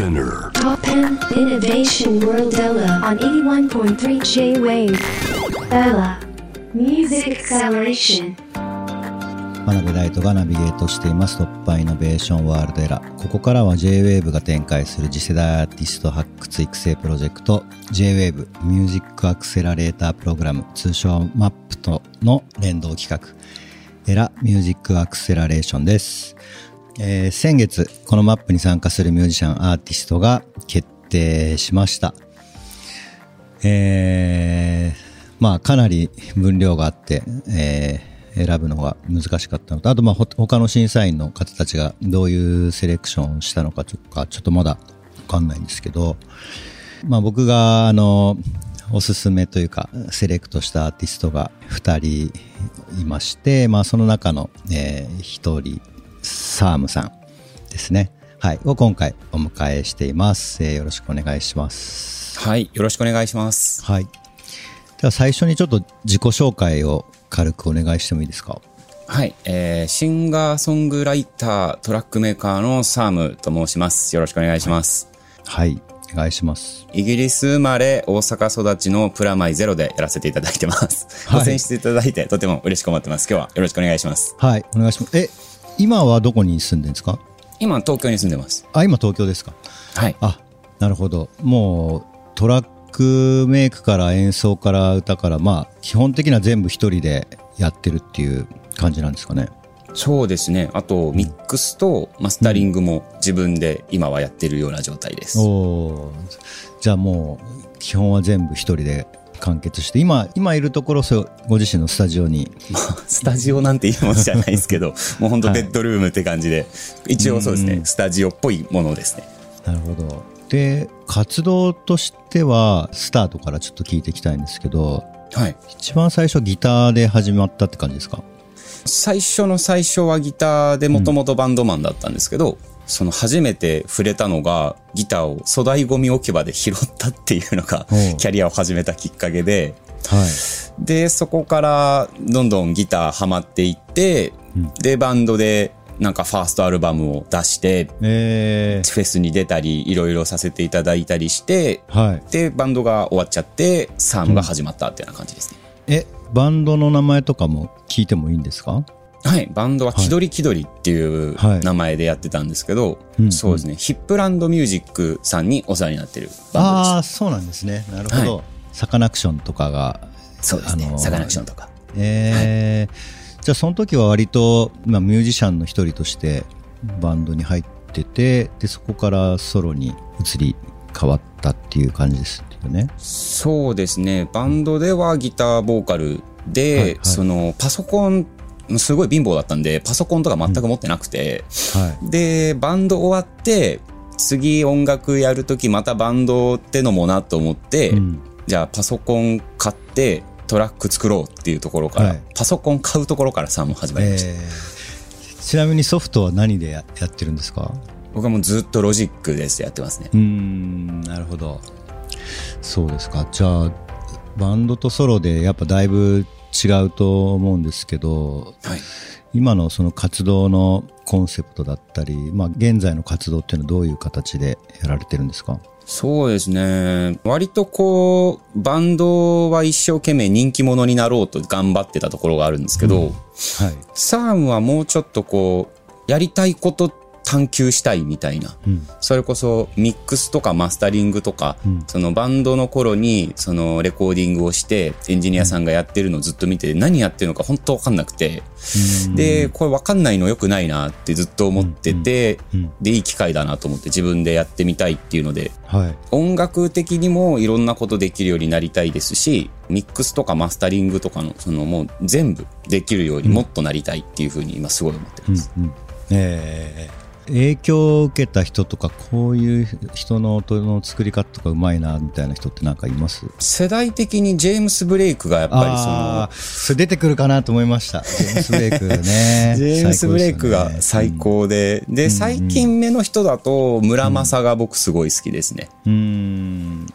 Spinner Top 10 Innovation World Ella on 81.3 J-Wave Ella Music Acceleration 真鍋大斗がナビゲートしています突破イノベーションワールドエラー。ここからは J-Wave が展開する次世代アーティスト発掘育成プロジェクト J-Wave ミュージックアクセラレータープログラム通称 MAP との連動企画エラミュージックアクセラレーションです。先月この MAP に参加するミュージシャンアーティストが決定しました。かなり分量があって、選ぶのが難しかったのと、あと他の審査員の方たちがどういうセレクションをしたのかちょっとまだ分かんないんですけど、僕がおすすめというかセレクトしたアーティストが2人いまして、その中の、1人サームさんですね、はい、を今回お迎えしています。よろしくお願いします。 はい、よろしくお願いします。 はい、では最初にちょっと自己紹介を軽くお願いしてもいいですか？ はい、シンガーソングライタートラックメーカーのサームと申します。よろしくお願いします。 はい、お願いします。 イギリス生まれ大阪育ちのプラマイゼロでやらせていただいてます、はい、ご選出いただいてとても嬉しく思ってます。今日はよろしくお願いします。 はい、お願いします。今はどこに住んでるんですか？ 今東京に住んでます。 今東京ですか？はい。なるほど。もうトラックメイクから演奏から歌から基本的には全部一人でやってるっていう感じなんですかね？ そうですね。あとミックスとマスタリングも自分で今はやってるような状態です。 じゃあもう基本は全部一人で完結して今いるところご自身のスタジオにスタジオなんていいものじゃないですけどもう本当ベッドルームって感じで、一応そうですね、スタジオっぽいものですね。 なるほど。で活動としてはスタートからちょっと聞いていきたいんですけど、はい、一番最初ギターで始まったって感じですか？ 最初はギターでもともとバンドマンだったんですけど、その初めて触れたのがギターを粗大ゴミ置き場で拾ったっていうのがキャリアを始めたきっかけで、はい、でそこからどんどんギターハマっていって、でバンドでなんかファーストアルバムを出して、フェスに出たりいろいろさせていただいたりして、はい、でバンドが終わっちゃってサームが始まったっていうような感じですね。 バンドの名前とかも聞いてもいいんですか？ はい、バンドは気取り気取りっていう名前でやってたんですけど、そうですね、ヒップランドミュージックさんにお世話になってるバンドです。 そうなんですね。なるほど、はい、サカナクションとかがそうですね、サカナクションとか、 じゃあその時は割と、ミュージシャンの一人としてバンドに入ってて、でそこからソロに移り変わったっていう感じですよね。 そうですね、バンドではギターボーカルで、そのパソコンすごい貧乏だったんでパソコンとか全く持ってなくて、でバンド終わって次音楽やるときまたバンドってのもなと思って、じゃあパソコン買ってトラック作ろうっていうところから、パソコン買うところからサーモン始まりました。 ちなみにソフトは何でやってるんですか？ 僕はもうずっとロジックですやってますね。 なるほど、そうですか。じゃあバンドとソロでやっぱだいぶ違うと思うんですけど、今のその活動のコンセプトだったり、現在の活動っていうのはどういう形でやられてるんですか？ そうですね、割とバンドは一生懸命人気者になろうと頑張ってたところがあるんですけど、サームはもうちょっとやりたいこと探求したいみたいな、それこそミックスとかマスタリングとか、そのバンドの頃にそのレコーディングをしてエンジニアさんがやってるのをずっと見て何やってるのか本当分かんなくて、でこれ分かんないの良くないなってずっと思ってて、でいい機会だなと思って自分でやってみたいっていうので、音楽的にもいろんなことできるようになりたいですし、ミックスとかマスタリングとかのそのもう全部できるようにもっとなりたいっていうふうに今すごい思ってます。 影響を受けた人とかこういう人の音の作り方とかうまいなみたいな人ってなんかいます？ 世代的にジェームス・ブレイクがやっぱりそれ出てくるかなと思いました。ジェームス・ブレイクねジェームス・ブレイクが最高で、で最近目の人だと村正が僕すごい好きですね。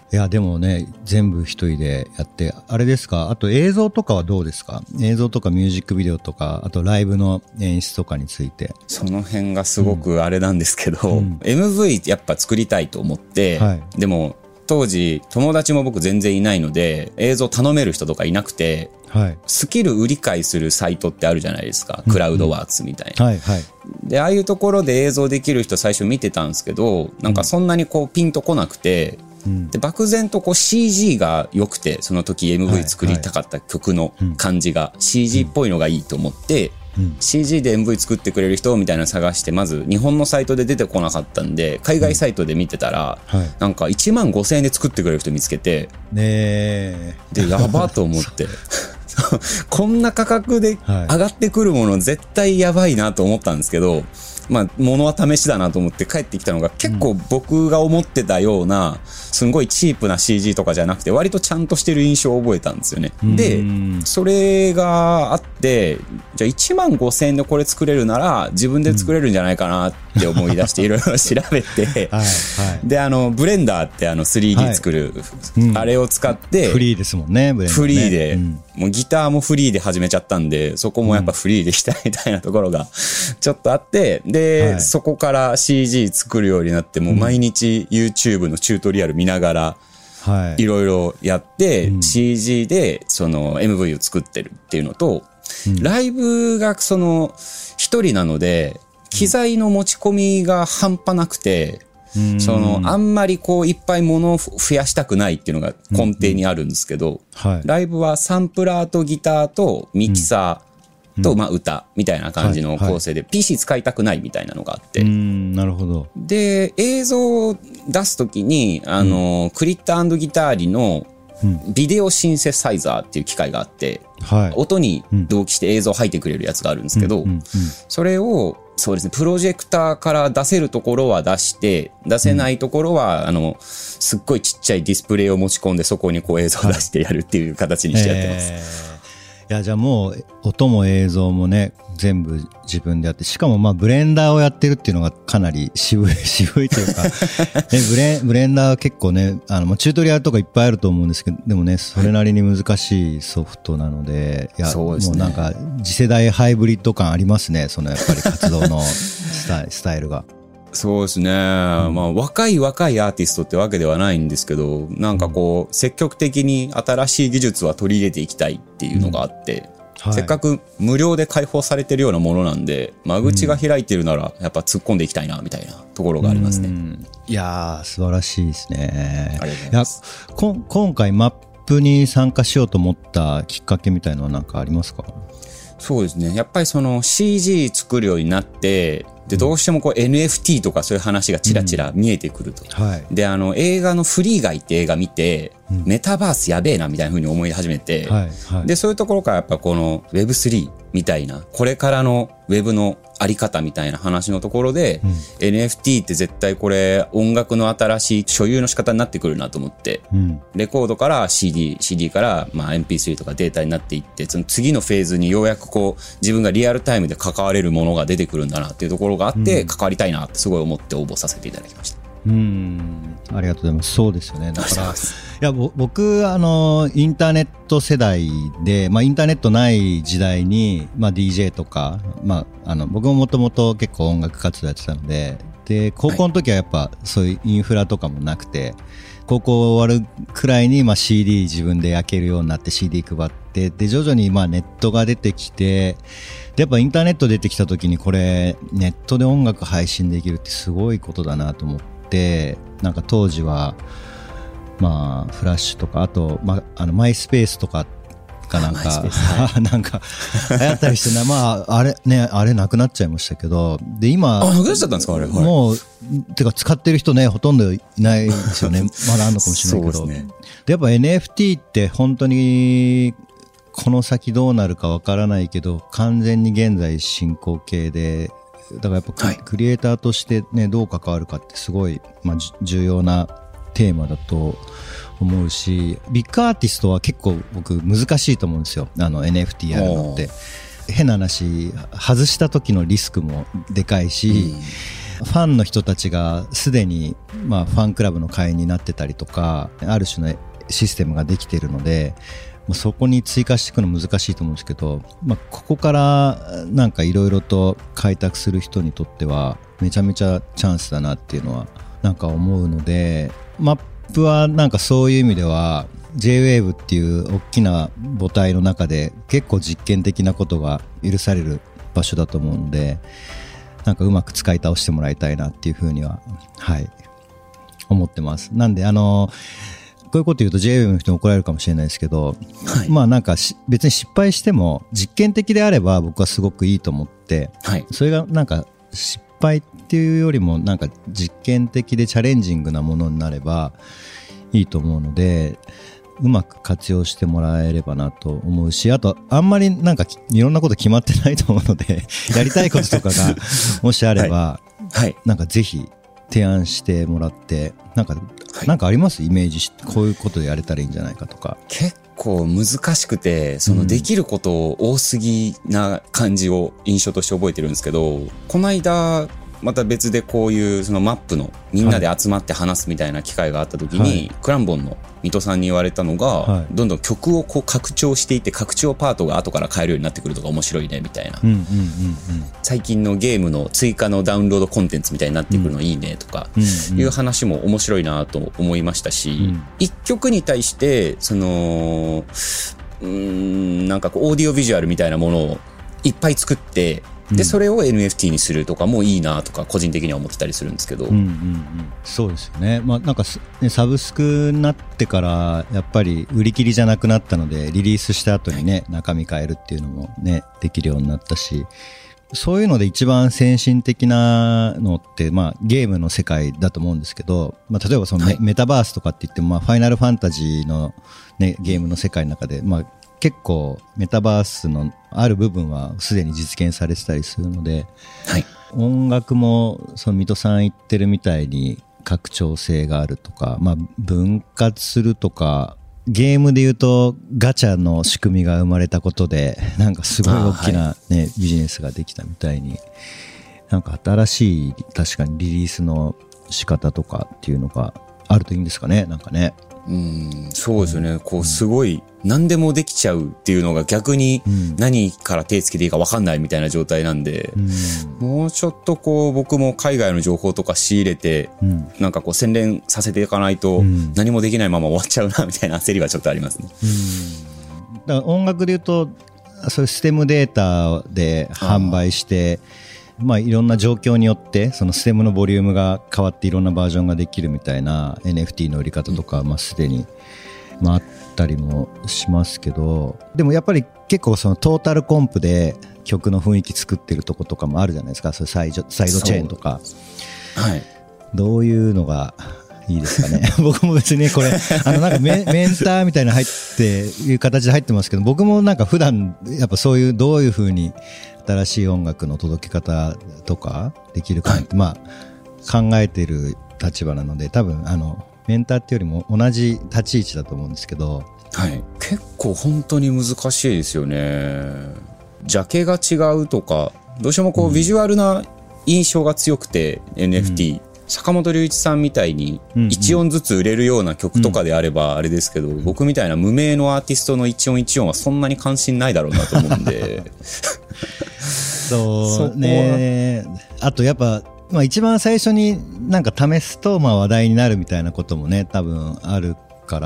いやでもね全部一人でやってあれですか。あと映像とかはどうですか。映像とかミュージックビデオとかあとライブの演出とかについて。 その辺がすごくあれなんですけど、MV やっぱ作りたいと思って、でも当時友達も僕全然いないので映像頼める人とかいなくて、スキル売り買いするサイトってあるじゃないですか、クラウドワークスみたいな、でああいうところで映像できる人最初見てたんですけど、なんかそんなにこうピンとこなくて、で漠然とこう CG が良くて、その時 MV 作りたかった曲の感じが CG っぽいのがいいと思って、CG で MV 作ってくれる人みたいなの探して、まず日本のサイトで出てこなかったんで海外サイトで見てたら、なんか15,000円で作ってくれる人見つけて、でやばと思ってこんな価格で上がってくるもの絶対やばいなと思ったんですけど、まあ物は試しだなと思って帰ってきたのが、結構僕が思ってたようなすんごいチープな CG とかじゃなくて割とちゃんとしてる印象を覚えたんですよね。でそれがあって、じゃあ15,000円でこれ作れるなら自分で作れるんじゃないかなって思い出していろいろ調べてでブレンダーって 3D 作る、あれを使ってフリーですもんね、ブレンダーね。 フリーで、もうギターもフリーで始めちゃったんで、そこもやっぱフリーでしたいみたいなところがちょっとあって、で、そこから CG 作るようになって、もう毎日 YouTube のチュートリアル見ながらいろいろやって、CG でその MV を作ってるっていうのと、ライブがその一人なので機材の持ち込みが半端なくて、そのあんまりこういっぱい物を増やしたくないっていうのが根底にあるんですけど、ライブはサンプラーとギターとミキサーとまあ歌みたいな感じの構成で PC 使いたくないみたいなのがあって、 なるほど。 で映像を出すときにクリッター&ギターリのビデオシンセサイザーっていう機械があって、音に同期して映像を入ってくれるやつがあるんですけど、それをそうですね、プロジェクターから出せるところは出して、出せないところはすっごいちっちゃいディスプレイを持ち込んで、そこにこう映像を出してやるっていう形にしてやってます。 いやじゃあもう音も映像もね全部自分でやって、しかもまあブレンダーをやってるっていうのがかなり渋いというかブレンダーは結構ねチュートリアルとかいっぱいあると思うんですけど、でもねそれなりに難しいソフトなので、いやそうですね、もうなんか次世代ハイブリッド感ありますね、そのやっぱり活動のスタイルが。 そうですね、まあ若いアーティストってわけではないんですけど、なんかこう積極的に新しい技術は取り入れていきたいっていうのがあって、せっかく無料で開放されてるようなものなんで、間口が開いてるならやっぱ突っ込んでいきたいなみたいなところがありますね。 いやー素晴らしいですね。ありがとうございます。今回マップに参加しようと思ったきっかけみたいなのは何かありますか？ そうですね、やっぱりその CG 作るようになって、でどうしてもこう NFT とかそういう話がちらちら見えてくると、で映画のフリーガイって映画見て、メタバースやべえなみたいな風に思い始めて、でそういうところからやっぱこの Web3 みたいなこれからの Web のあり方みたいな話のところで、NFT って絶対これ音楽の新しい所有の仕方になってくるなと思って、レコードから CD からまあ MP3 とかデータになっていって、その次のフェーズにようやくこう自分がリアルタイムで関われるものが出てくるんだなっていうところがあって、関わりたいなってすごい思って応募させていただきました。 ありがとうございます。そうですよね。だからいや僕インターネット世代で、まあインターネットない時代にまあ DJ とか、まあ僕ももともと結構音楽活動やってたので、で高校の時はやっぱそういうインフラとかもなくて、高校終わるくらいにまあ CD 自分で焼けるようになって CD 配って、で徐々にまあネットが出てきて、でやっぱインターネット出てきた時にこれネットで音楽配信できるってすごいことだなと思って、なんか当時はまあフラッシュとか、あとまあマイスペースとかなんかなんか流行ったりしてまああれなくなっちゃいましたけど、で今なくなっちゃったんですかあれ。 もうてか使ってる人ねほとんどいないですよね。まだあるのかもしれないけど、でやっぱ NFT って本当にこの先どうなるかわからないけど完全に現在進行形で、だからやっぱクリエイターとしてねどう関わるかってすごいまあ重要なテーマだと思うし、ビッグアーティストは結構僕難しいと思うんですよ、NFT やるのって。変な話外した時のリスクもでかいし、 ファンの人たちがすでに、ファンクラブの会員になってたりとか、ある種のシステムができているので、そこに追加していくの難しいと思うんですけど、ここからなんかいろいろと開拓する人にとってはめちゃめちゃチャンスだなっていうのはなんか思うので、マップはなんかそういう意味では J-Wave っていう大きな母体の中で結構実験的なことが許される場所だと思うので、なんかうまく使い倒してもらいたいなっていうふうには、思ってます。なんでこういうこと言うと J-Wave の人に怒られるかもしれないですけど、なんか別に失敗しても実験的であれば僕はすごくいいと思って、それがなんか失敗っていうよりもなんか実験的でチャレンジングなものになればいいと思うので、うまく活用してもらえればなと思うし、あとあんまりなんかいろんなこと決まってないと思うのでやりたいこととかがもしあれば、なんかぜひ提案してもらって、なんかあります？イメージしてこういうことやれたらいいんじゃないかとか。 結構難しくて、できること多すぎな感じを印象として覚えてるんですけど、この間また別でこういうそのマップのみんなで集まって話すみたいな機会があった時に、クランボンの水戸さんに言われたのが、どんどん曲をこう拡張していって、拡張パートが後から変えるようになってくるとか面白いねみたいな、最近のゲームの追加のダウンロードコンテンツみたいになってくるのいいねとかいう話も面白いなと思いましたし、一曲に対してなんかこうオーディオビジュアルみたいなものをいっぱい作って、でそれを NFT にするとかもいいなとか個人的には思ってたりするんですけど、 そうですよね。なんかサブスクになってからやっぱり売り切りじゃなくなったので、リリースした後にね、中身変えるっていうのもねできるようになったし、そういうので一番先進的なのって、ゲームの世界だと思うんですけど、例えばそのメタバースとかって言っても、ファイナルファンタジーのねゲームの世界の中で、結構メタバースのある部分はすでに実現されてたりするので、音楽もその水戸さん言ってるみたいに拡張性があるとか、分割するとか、ゲームで言うとガチャの仕組みが生まれたことでなんかすごい大きなね、ビジネスができたみたいに、なんか新しい確かにリリースの仕方とかっていうのがあるといいんですかね。なんかね、 そうですよね。こうすごい何でもできちゃうっていうのが逆に何から手つけていいか分かんないみたいな状態なんで、もうちょっとこう僕も海外の情報とか仕入れて、なんかこう洗練させていかないと何もできないまま終わっちゃうなみたいな焦りはちょっとありますね。 だから音楽で言うとそういうステムデータで販売して、いろんな状況によってそのステムのボリュームが変わっていろんなバージョンができるみたいな NFT の売り方とかすでにあったりもしますけど、でもやっぱり結構そのトータルコンプで曲の雰囲気作ってるとことかもあるじゃないですか。それサイドチェーンとか、どういうのがいいですかね。僕も別にこれなんかメンターみたいな入っていう形で入ってますけど、僕もなんか普段やっぱそういうどういう風に新しい音楽の届け方とかできるかって、考えている立場なので、多分メンターっていうよりも同じ立ち位置だと思うんですけど、 結構本当に難しいですよね。ジャケが違うとか、どうしてもこうビジュアルな印象が強くて、NFT、坂本龍一さんみたいに1音ずつ売れるような曲とかであればあれですけど、僕みたいな無名のアーティストの1音1音はそんなに関心ないだろうなと思うんでそうね。あとやっぱ、一番最初になんか試すと話題になるみたいなこともね多分あるから、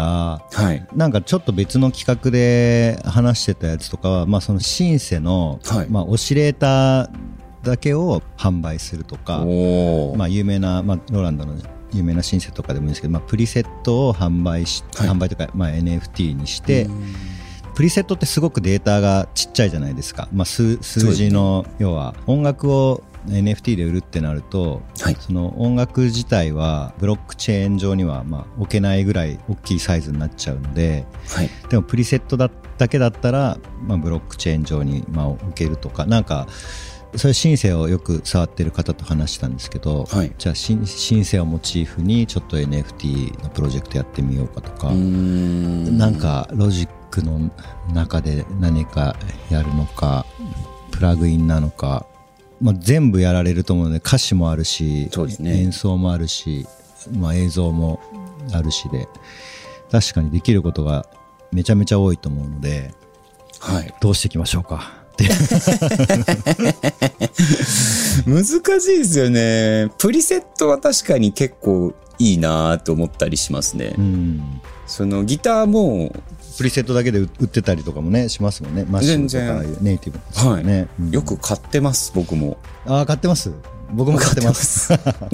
なんかちょっと別の企画で話してたやつとかは、そのシンセの、オシレーターだけを販売するとか、有名な、ローランドの有名なシンセとかでもいいんですけど、プリセットを販売とか、NFT にして、プリセットってすごくデータがちっちゃいじゃないですか。数字の、要は音楽をNFT で売るってなると、その音楽自体はブロックチェーン上には置けないぐらい大きいサイズになっちゃうので、でもプリセットだけだったら、ブロックチェーン上に置けるとか、なんかそういうシンセをよく触ってる方と話したんですけど、じゃあシンセをモチーフにちょっと NFT のプロジェクトやってみようかとか、なんかロジックの中で何かやるのか、プラグインなのか、 まあ、全部やられると思うので、歌詞もあるし、 そうですね、 演奏もあるし、まあ、映像もあるしで、確かにできることがめちゃめちゃ多いと思うので、 はい、 どうしていきましょうかって難しいですよね。プリセットは確かに結構いいなと思ったりしますね。そのギターもプリセットだけで売ってたりとかもねしますもんね。マッシブとかネイティブですよね、 はい、よく買ってます僕も。 ああ、買ってます。僕も買ってます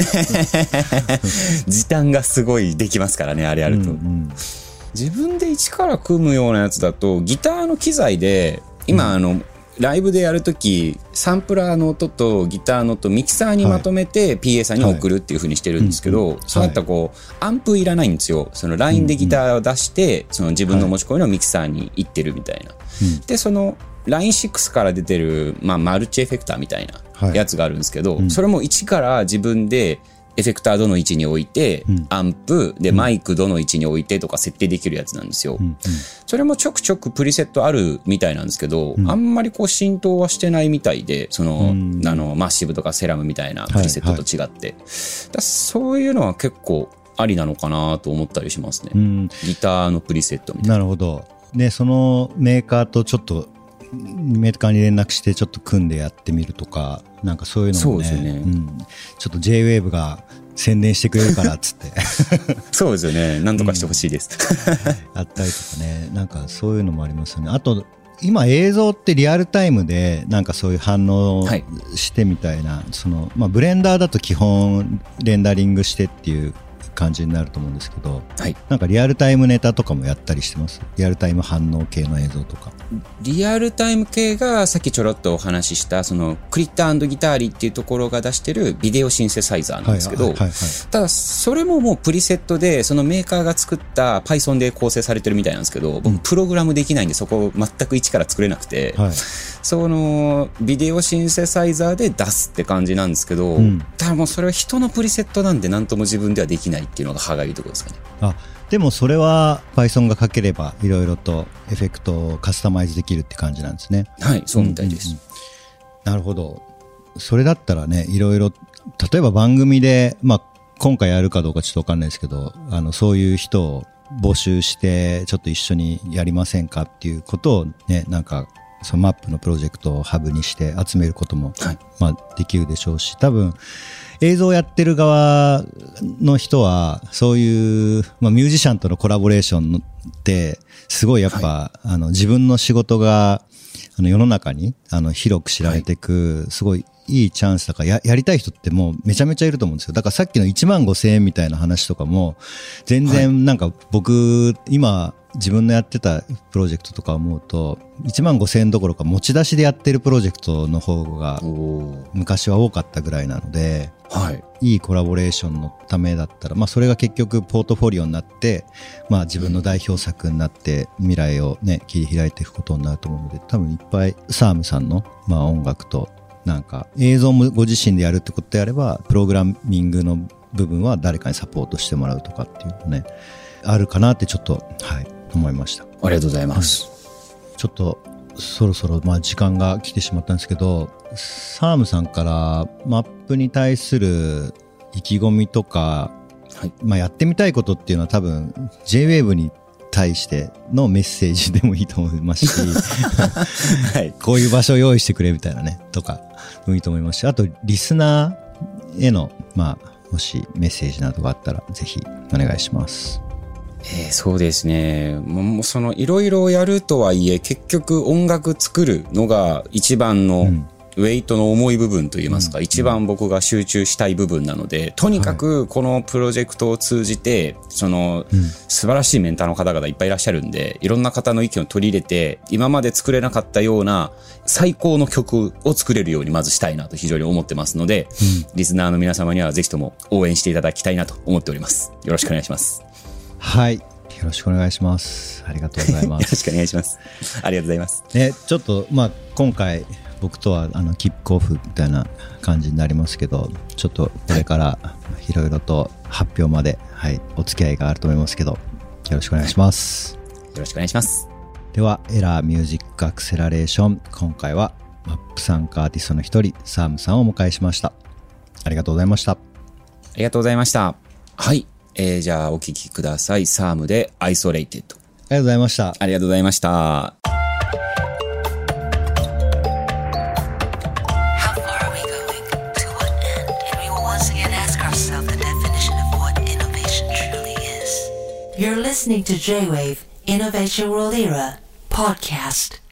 時短がすごいできますからね、あれやると、自分で一から組むようなやつだと、ギターの機材で今ライブでやるとき、サンプラーの音とギターの音ミキサーにまとめて PA さんに送るっていう風にしてるんですけど、そうやったらこうアンプいらないんですよ。そのラインでギターを出して、その自分の持ち込みのミキサーに行ってるみたいな、でそのライン6から出てる、まあ、マルチエフェクターみたいなやつがあるんですけど、それも一から自分でエフェクターどの位置に置いて、アンプでマイクどの位置に置いてとか設定できるやつなんですよ。それもちょくちょくプリセットあるみたいなんですけど、あんまりこう浸透はしてないみたいで、その、マッシブとかセラムみたいなプリセットと違って、だそういうのは結構ありなのかなと思ったりしますね。ギターのプリセットみたいな。 なるほど。で、そのメーカーとちょっとメーカーに連絡してちょっと組んでやってみるとか、なんかそういうのもね、 そうですね、 ちょっと J-Wave が宣伝してくれるからっつってそうですよね、なんとかしてほしいです、 あったりとかね、なんかそういうのもありますよね。あと今映像ってリアルタイムでなんかそういう反応してみたいな、そのまあブレンダーだと基本レンダリングしてっていう感じになると思うんですけど、なんかリアルタイムネタとかもやったりしてます？リアルタイム反応系の映像とか。 リアルタイム系がさっきちょろっとお話ししたそのクリッター&ギターリっていうところが出してるビデオシンセサイザーなんですけど、ただそれももうプリセットでそのメーカーが作った Python で構成されてるみたいなんですけど、僕プログラムできないんでそこを全く一から作れなくて、そのビデオシンセサイザーで出すって感じなんですけど、ただもうそれは人のプリセットなんで何とも自分ではできないっていうのが歯がゆいところですかね。 でもそれは Python が書ければいろいろとエフェクトをカスタマイズできるって感じなんですね。 はい、そうみたいです。 なるほど。それだったらね、いろいろ例えば番組で、まあ今回やるかどうかちょっとわかんないですけど、そういう人を募集してちょっと一緒にやりませんかっていうことをね、なんかそのマップのプロジェクトをハブにして集めることも、まあできるでしょうし、多分映像をやってる側の人はそういう、まあ、ミュージシャンとのコラボレーションってすごいやっぱ、自分の仕事が世の中に広く知られていく、すごいいいチャンスだからやりたい人ってもうめちゃめちゃいると思うんですよ。だからさっきの15,000円みたいな話とかも全然なんか僕今自分のやってたプロジェクトとか思うと15,000円どころか持ち出しでやってるプロジェクトの方が昔は多かったぐらいなので、いいコラボレーションのためだったら、まあそれが結局ポートフォリオになって、まあ自分の代表作になって未来をね切り開いていくことになると思うので、多分いっぱいサームさんのまあ音楽となんか映像もご自身でやるってことであれば、プログラミングの部分は誰かにサポートしてもらうとかっていうのねあるかなってちょっと思いました。 ありがとうございます。 ちょっとそろそろまあ時間が来てしまったんですけど、サームさんからマップに対する意気込みとか、まあやってみたいことっていうのは多分 J-Wave に対してのメッセージでもいいと思いますし、こういう場所を用意してくれみたいなねとかもいいと思いますし、あとリスナーへのまあもしメッセージなどがあったらぜひお願いします。 そうですね。もうそのいろいろやるとはいえ結局音楽作るのが一番のウェイトの重い部分といいますか、一番僕が集中したい部分なので、とにかくこのプロジェクトを通じてその素晴らしいメンターの方々いっぱいいらっしゃるんで、いろんな方の意見を取り入れて今まで作れなかったような最高の曲を作れるようにまずしたいなと非常に思ってますので、リスナーの皆様にはぜひとも応援していただきたいなと思っております。よろしくお願いします。 はい、よろしくお願いします。ありがとうございます。 よろしくお願いします。ありがとうございます。 ちょっとまあ今回僕とはキックオフみたいな感じになりますけど、ちょっとこれからいろいろと発表まで、お付き合いがあると思いますけど、よろしくお願いします。 よろしくお願いします。 ではエラーミュージックアクセラレーション、今回はマップ参加アーティストの一人、サームさんをお迎えしました。ありがとうございました。ありがとうございました。はい。じゃあお聞きください。サームでアイソレイテッド。 ありがとうございました。 ありがとうございました。 You're listening to J-Wave Innovation World Era podcast.